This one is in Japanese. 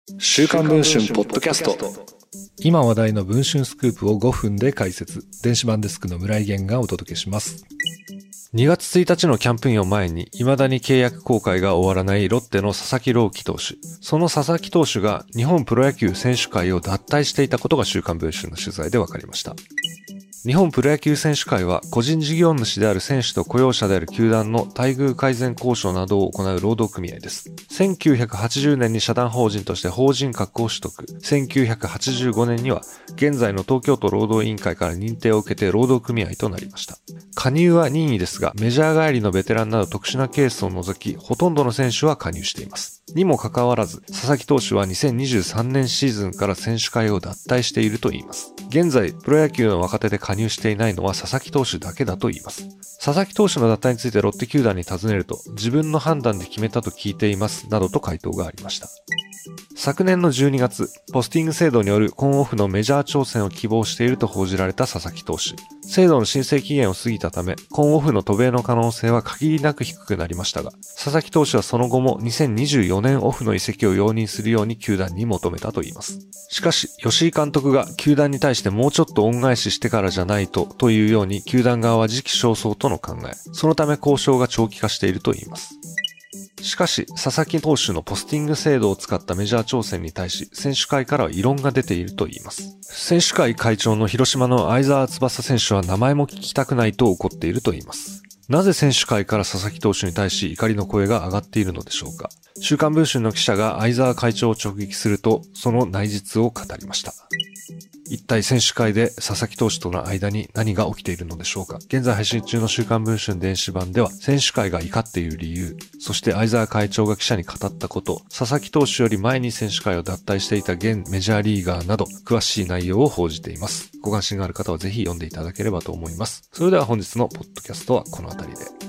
週刊文春ポッドキャスト。 今話題の文春スクープを5分で解説。電子版デスクの村井源がお届けします。2月1日のキャンプインを前に未だに契約更改が終わらないロッテの佐々木朗希投手。その佐々木投手が日本プロ野球選手会を脱退していたことが週刊文春の取材で分かりました。日本プロ野球選手会は個人事業主である選手と雇用者である球団の待遇改善交渉などを行う労働組合です。1980年に社団法人として法人格を取得。1985年には現在の東京都労働委員会から認定を受けて労働組合となりました。加入は任意ですが、メジャー帰りのベテランなど特殊なケースを除き、ほとんどの選手は加入しています。にもかかわらず、佐々木投手は2023年シーズンから選手会を脱退しているといいます。現在、プロ野球の若手で加入していないのは佐々木投手だけだといいます。佐々木投手の脱退についてロッテ球団に尋ねると、自分の判断で決めたと聞いています、などと回答がありました。昨年の12月、ポスティング制度による今オフのメジャー挑戦を希望していると報じられた佐々木投手。制度の申請期限を過ぎたため、今オフの渡米の可能性は限りなく低くなりましたが、佐々木投手はその後も2024年オフの移籍を容認するように球団に求めたといいます。しかし、吉井監督が球団に対してもうちょっと恩返ししてからじゃないというように球団側は時期尚早との考え、そのため交渉が長期化しているといいます。しかし、佐々木投手のポスティング制度を使ったメジャー挑戦に対し、選手会からは異論が出ているといいます。選手会会長の広島の相澤翼選手は名前も聞きたくないと怒っているといいます。なぜ選手会から佐々木投手に対し怒りの声が上がっているのでしょうか。週刊文春の記者が相澤会長を直撃すると、その内実を語りました。一体選手会で佐々木投手との間に何が起きているのでしょうか。現在配信中の週刊文春電子版では選手会が怒っている理由、そして相澤会長が記者に語ったこと、佐々木投手より前に選手会を脱退していた現メジャーリーガーなど詳しい内容を報じています。ご関心がある方はぜひ読んでいただければと思います。それでは本日のポッドキャストはこの辺りで。